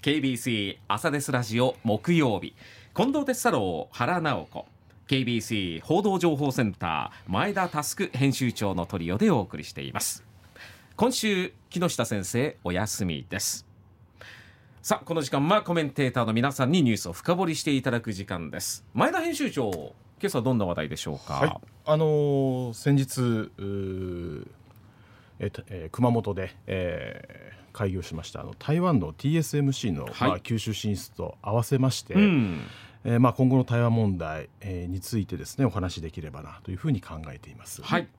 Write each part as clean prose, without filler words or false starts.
KBC 朝ですラジオ木曜日、近藤哲太郎、原直子、 KBC 報道情報センター前田佑編集長のトリオでお送りしています。今週木下先生お休みです。さあこの時間はコメンテーターの皆さんにニュースを深掘りしていただく時間です。前田編集長、今朝どんな話題でしょうか。 先日熊本で、開業しました台湾の TSMC の、九州進出と合わせまして、今後の台湾問題、についてですねお話しできればなというふうに考えています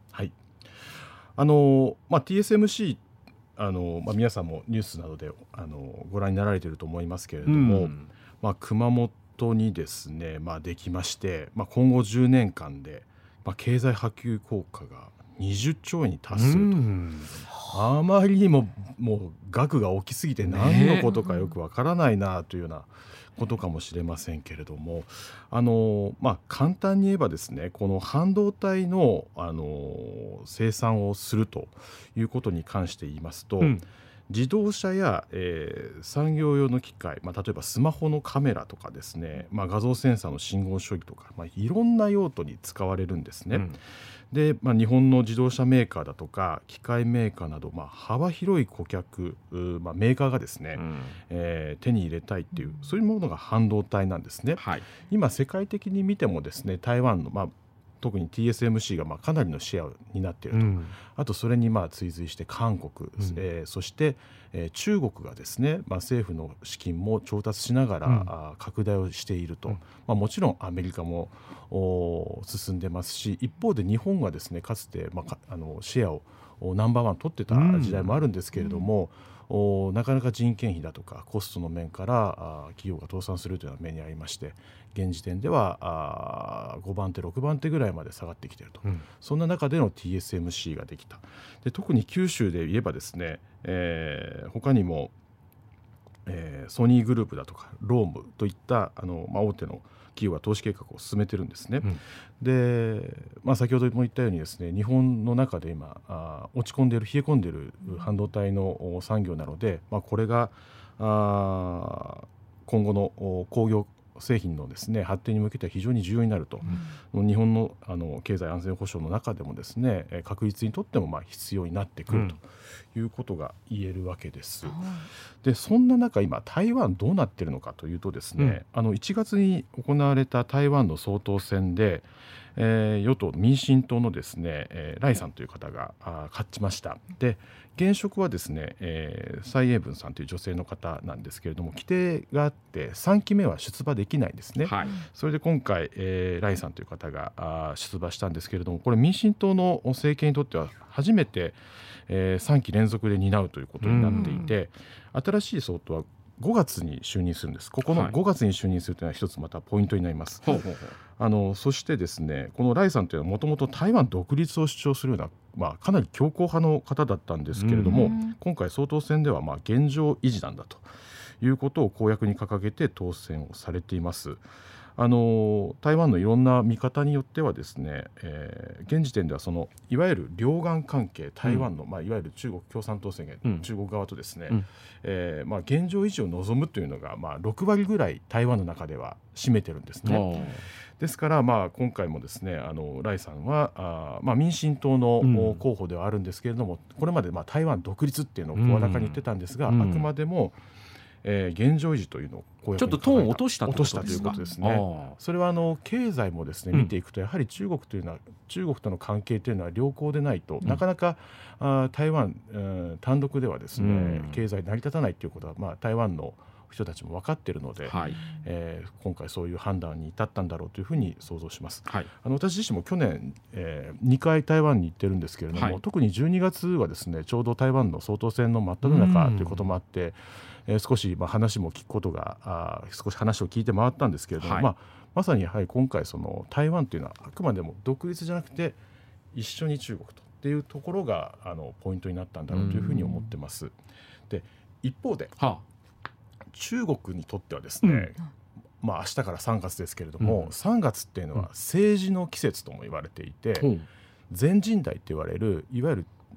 。TSMC皆さんもニュースなどでご覧になられていると思いますけれども、熊本にですね、できまして、今後10年間で、経済波及効果が20兆円に達すると、あまりにも額が大きすぎて何のことかよくわからないなというようなことかもしれませんけれども、簡単に言えばですね、この半導体の、生産をするということに関して言いますと、自動車や、産業用の機械、例えばスマホのカメラとかですね、画像センサーの信号処理とか、いろんな用途に使われるんですね。で、日本の自動車メーカーだとか機械メーカーなど、幅広い顧客、メーカーがですね、手に入れたいっていう、そういうものが半導体なんですね。今世界的に見てもですね、台湾の、特に TSMC がかなりのシェアになっていると、あとそれに追随して韓国、そして、中国がですね、政府の資金も調達しながら、拡大をしていると、もちろんアメリカも進んでますし、一方で日本がですねかつて、シェアをナンバーワン取ってた時代もあるんですけれども、なかなか人件費だとかコストの面から企業が倒産するというような目にありまして、現時点では5番手6番手ぐらいまで下がってきていると、そんな中での TSMC ができた。で、特に九州で言えばですね、他にも、ソニーグループだとかロームといった大手の企業が投資計画を進めてるんですね。で、先ほども言ったようにですね、日本の中で今落ち込んでいる、冷え込んでいる半導体の産業なので、これが今後の工業製品のですね発展に向けては非常に重要になると、日本の経済安全保障の中でもですね、確実にとっても必要になってくるということが言えるわけです。で、そんな中今台湾どうなっているのかというとですね、1月に行われた台湾の総統選で、与党民進党のですね、頼さんという方が勝ちました。で、現職はですね、蔡英文さんという女性の方なんですけれども、規定があって3期目は出馬できないんですね。それで今回、頼さんという方が出馬したんですけれども、これ民進党の政権にとっては初めて、3期連続で担うということになっていて、新しい総統は5月に就任するんです。ここの5月に就任するというのは一つまたポイントになります。そしてですね、この頼さんというのはもともと台湾独立を主張するような、かなり強硬派の方だったんですけれども、今回総統選では現状維持なんだということを公約に掲げて当選をされています。台湾のいろんな見方によってはですね、現時点ではいわゆる両岸関係、台湾の、いわゆる中国共産党政権、中国側とですね、現状維持を望むというのが、6割ぐらい台湾の中では占めてるんですね。ですから、今回もですね頼さんは民進党の候補ではあるんですけれども、これまで台湾独立っていうのを声高に言ってたんですが、あくまでも現状維持というのを公約に掲げた、ちょっとトーンを落としたということですね。それは経済もですね見ていくと、やはり中国というのは、中国との関係というのは良好でないと、なかなか台湾単独ではですね、経済成り立たないということは、台湾の人たちも分かっているので、今回そういう判断に至ったんだろうというふうに想像します。私自身も去年、2回台湾に行ってるんですけれども、特に12月はですね、ちょうど台湾の総統選の真っ只中ということもあって、少し話も聞くことが少し話を聞いて回ったんですけれども、まさにやはり今回台湾というのはあくまでも独立じゃなくて一緒に中国とっていうところがポイントになったんだろうというふうに思ってます。で、一方で、中国にとってはですね、明日から3月ですけれども、3月っていうのは政治の季節とも言われていて、全人代と言われるいわゆる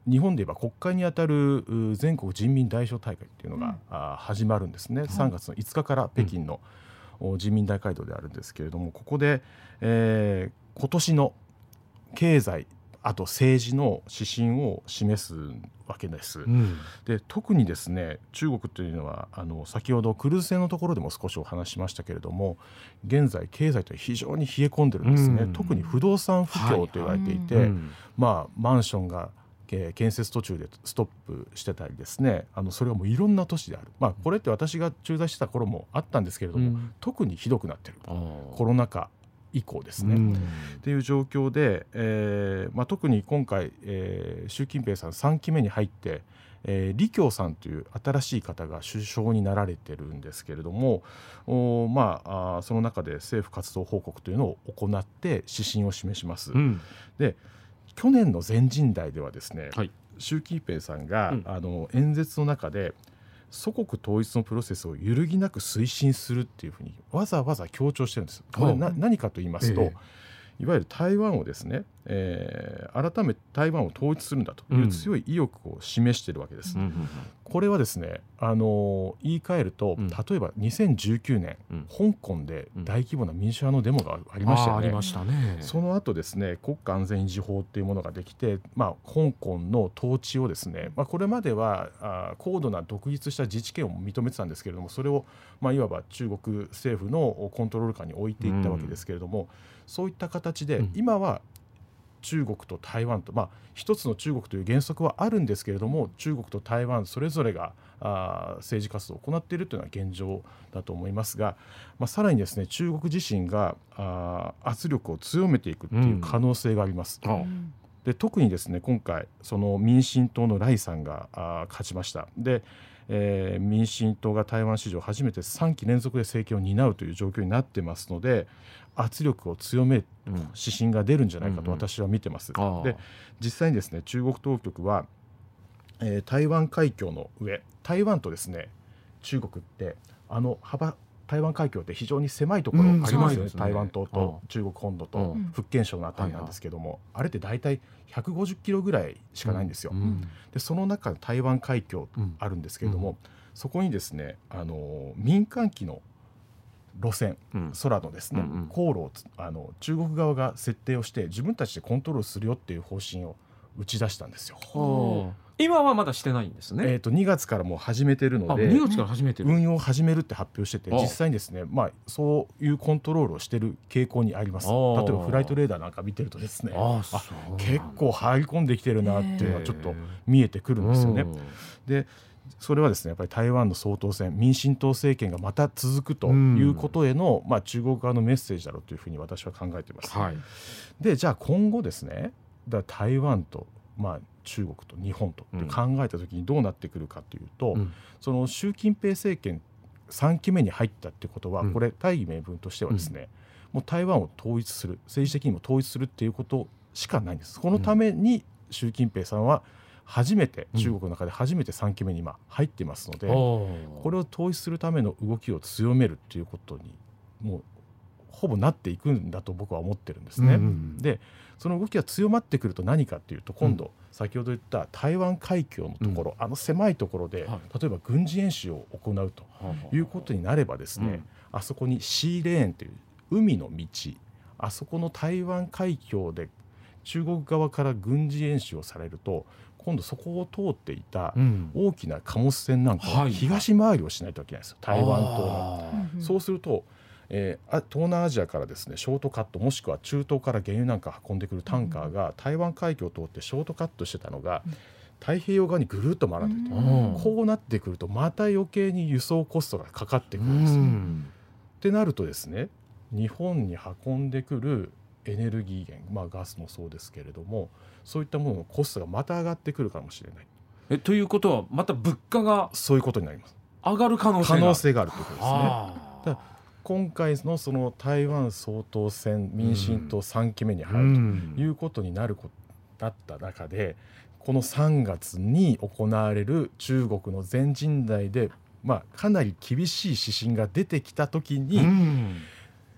日本で言えば国会にあたる全国人民代表大会っていうのが、始まるんですね。3月の5日から北京の、人民大会堂であるんですけれども、ここで、今年の経済あと政治の指針を示すわけです、で特にですね中国というのは先ほどクルーズ船のところでも少しお話ししましたけれども、現在経済と非常に冷え込んでるんですね、特に不動産不況と言われていて、マンションが建設途中でストップしてたりですね、それはもういろんな都市である、これって私が駐在してた頃もあったんですけれども、特にひどくなってる、コロナ禍以降ですね、っていう状況で、特に今回、習近平さん3期目に入って、李強さんという新しい方が首相になられてるんですけれども、その中で政府活動報告というのを行って指針を示します、で去年の全人代ではですね、習近平さんが、演説の中で祖国統一のプロセスを揺るぎなく推進するっていうふうにわざわざ強調してるんです。これ何かと言いますと、いわゆる台湾をですね、改めて台湾を統一するんだという強い意欲を示しているわけです、これはですね、言い換えると、例えば2019年、香港で大規模な民主派のデモがありましたよね。 ありましたね。 その後ですね、国家安全維持法というものができて、香港の統治をですね、これまでは高度な独立した自治権を認めてたんですけれども、それをいわば中国政府のコントロール下に置いていったわけですけれども、そういった形で今は中国と台湾と、一つの中国という原則はあるんですけれども、中国と台湾それぞれが政治活動を行っているというのは現状だと思いますが、さらにですね、中国自身が圧力を強めていくという可能性があります、で特にですね、今回その民進党の頼さんが勝ちました。で民進党が台湾史上初めて3期連続で政権を担うという状況になってますので、圧力を強める指針が出るんじゃないかと私は見てます、で実際にですね、中国当局は、台湾海峡の上、台湾とですね中国って台湾海峡って非常に狭いところありますよね、台湾島と中国本土と福建省のあたりなんですけども、あれって大体150キロぐらいしかないんですよ、でその中で台湾海峡あるんですけれども、そこにですね民間機の路線、空のですね、航路を中国側が設定をして自分たちでコントロールするよっていう方針を打ち出したんですよ。 今はまだしてないんですね。 2月からもう始めてるので、 2月から始めてる、 運用を始めるって発表してて、実際にですね、そういうコントロールをしてる傾向にあります。例えばフライトレーダーなんか見てるとですね、結構入り込んできてるなっていうのはちょっと見えてくるんですよね。でそれはですね、やっぱり台湾の総統選、民進党政権がまた続くということへの、中国側のメッセージだろうというふうに私は考えています、でじゃあ今後ですね、台湾と、中国と日本とって考えたときにどうなってくるかというと、その習近平政権3期目に入ったってことは、これ大義名分としてはですね、もう台湾を統一する、政治的にも統一するっていうことしかないんです。このために習近平さんは初めて、中国の中で初めて3期目に今入っていますので、これを統一するための動きを強めるということにもうほぼなっていくんだと僕は思ってるんですね、でその動きが強まってくると何かというと、今度、先ほど言った台湾海峡のところ、狭いところで、例えば軍事演習を行うということになればですね、あそこにシーレーンという海の道、あそこの台湾海峡で中国側から軍事演習をされると、今度そこを通っていた大きな貨物船なんかは東回りをしないといけないんですよ、台湾島の。そうすると東南アジアからですねショートカット、もしくは中東から原油なんか運んでくるタンカーが台湾海峡を通ってショートカットしてたのが、太平洋側にぐるっと回っていて、こうなってくるとまた余計に輸送コストがかかってくるんですよ。ってなるとですね、日本に運んでくるエネルギー源、ガスもそうですけれども、そういったもののコストがまた上がってくるかもしれない。 ということはまた物価がそういうことになります。 上がる可能性があるということですね。だから今回のその台湾総統選、民進党3期目に入るということになるだった中で、この3月に行われる中国の全人代で、かなり厳しい指針が出てきたときに、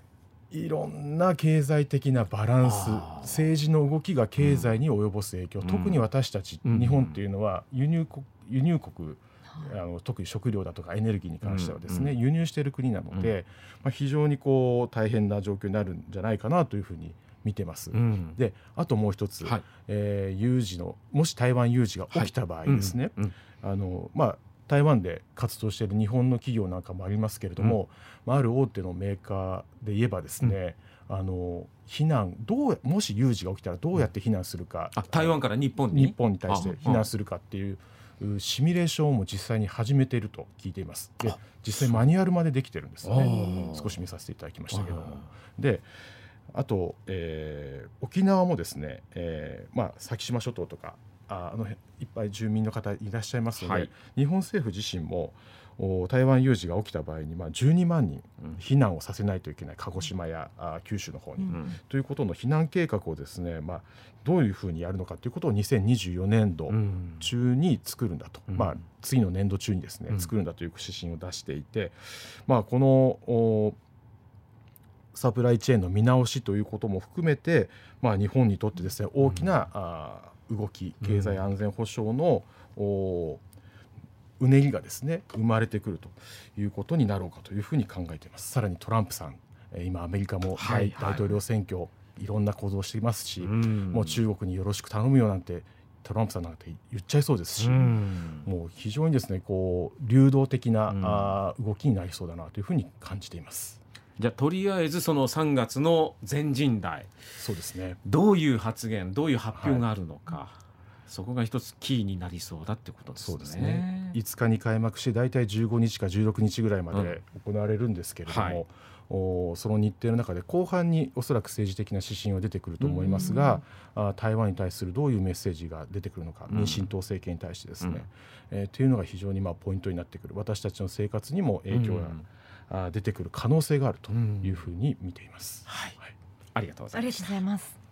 いろんな経済的なバランス、政治の動きが経済に及ぼす影響、特に私たち、日本っていうのは輸入国特に食料だとかエネルギーに関してはですね、輸入している国なので、非常にこう大変な状況になるんじゃないかなというふうに見てます。で、あともう一つ、有事のもし台湾有事が起きた場合ですね、台湾で活動している日本の企業なんかもありますけれども、ある大手のメーカーで言えばですね、避難もし有事が起きたらどうやって避難するか、 台湾から日本に対して避難するかっていうシミュレーションも実際に始めていると聞いています。で、実際マニュアルまでできてるんですね。少し見させていただきましたけども、で、あと、沖縄もですね、先島諸島とか辺いっぱい住民の方いらっしゃいますので、日本政府自身も台湾有事が起きた場合に、12万人避難をさせないといけない、鹿児島や九州の方に、ということの避難計画をですね、どういうふうにやるのかということを2024年度中に作るんだと、次の年度中にですね、作るんだという指針を出していて、このサプライチェーンの見直しということも含めて、日本にとってですね、大きな動き、経済安全保障のうねりがですね生まれてくるということになろうかというふうに考えています。さらにトランプさん、今アメリカも大統領選挙、いろんな行動をしていますし、もう中国によろしく頼むよなんてトランプさんなんて言っちゃいそうですし、もう非常にですねこう流動的な動きになりそうだなというふうに感じています。 じゃあとりあえずその3月の全人代、 そうですね、 どういう発言、どういう発表があるのか、そこが一つキーになりそうだってことですね。 そうですね。5日に開幕してだいたい15日か16日ぐらいまで行われるんですけれども、その日程の中で後半におそらく政治的な指針は出てくると思いますが、台湾に対するどういうメッセージが出てくるのか、民進党政権に対してですね、というのが非常にポイントになってくる、私たちの生活にも影響が出てくる可能性があるというふうに見ています。 ありがとうございます。